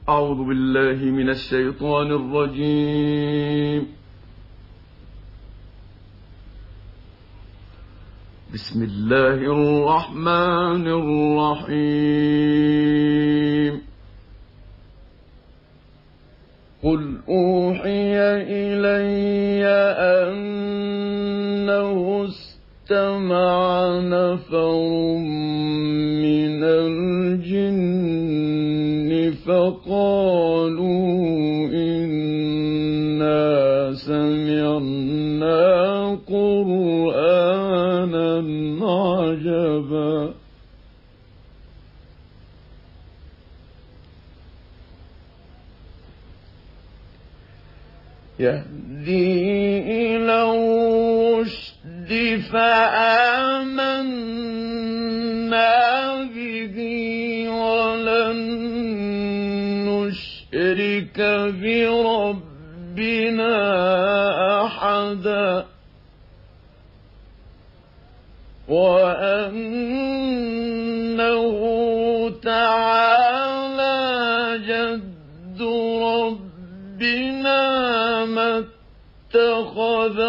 أعوذ بالله من الشيطان الرجيم. بسم الله الرحمن الرحيم. قل أوحي إلي أنه استمع نفر من الجن فقالوا إنا سمعنا قرآنا عجبا يهدي إلى الرشد فآمنا به ولن نشرك بربنا أحدا وأنه تعالى جد ربنا ما اتخذ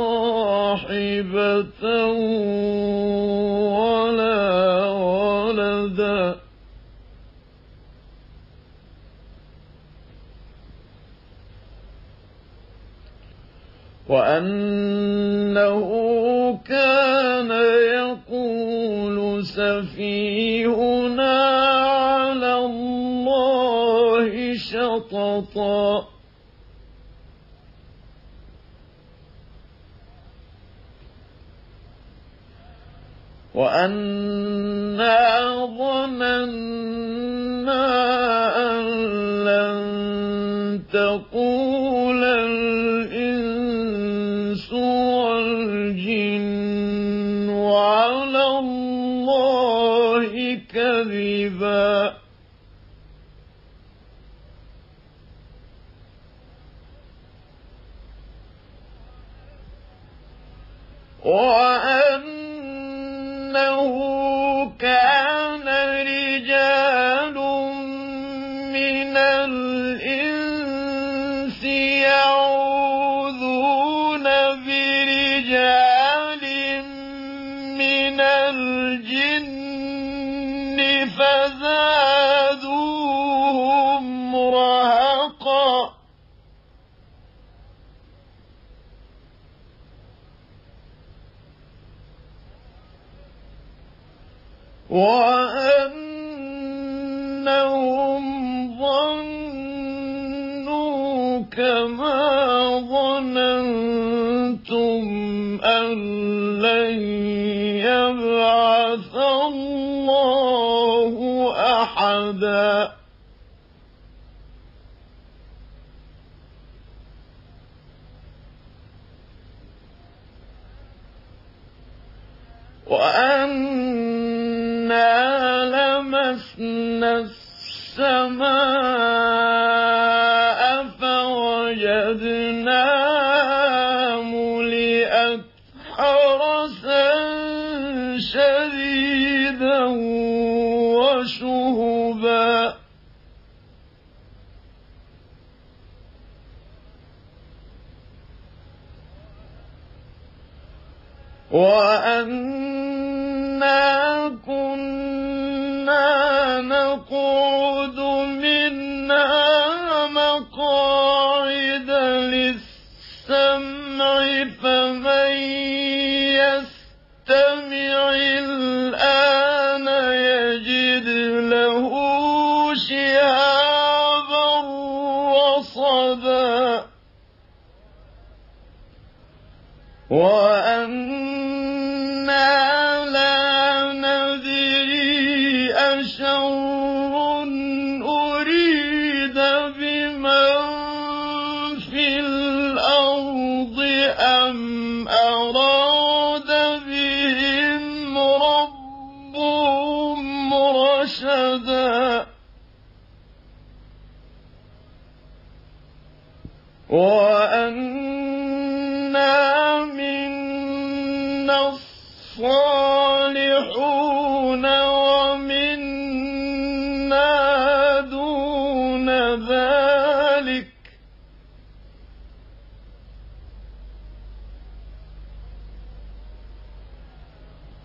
صاحبة ولا ولدا وأنه كان يقول سفيهنا على الله شططا وأنا ظننا أن لن تقول الإنس والجن على الله كذبا وأنه كان رجال من الإنس يعوذون برجال من الجن فزادوهم رهقا وأنهم ظنوا كما ظننتم أن لن يبعث الله أحدا وأنا لمسنا السماء فوجدناها ملئت حرسا شديدا وشهبا وأنا كنا نقعد منها مقاعد للسمع فمن يستمع الآن يجد له شهابا رصدا وأنا لا ندري أشر أريد بمن في الأرض أم أراد بهم ربهم رشدا وأنا منا الصالحون ومنا دون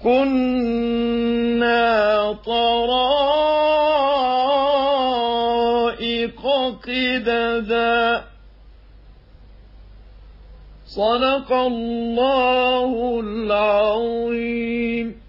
كنا طرائق قددا صدق الله العظيم.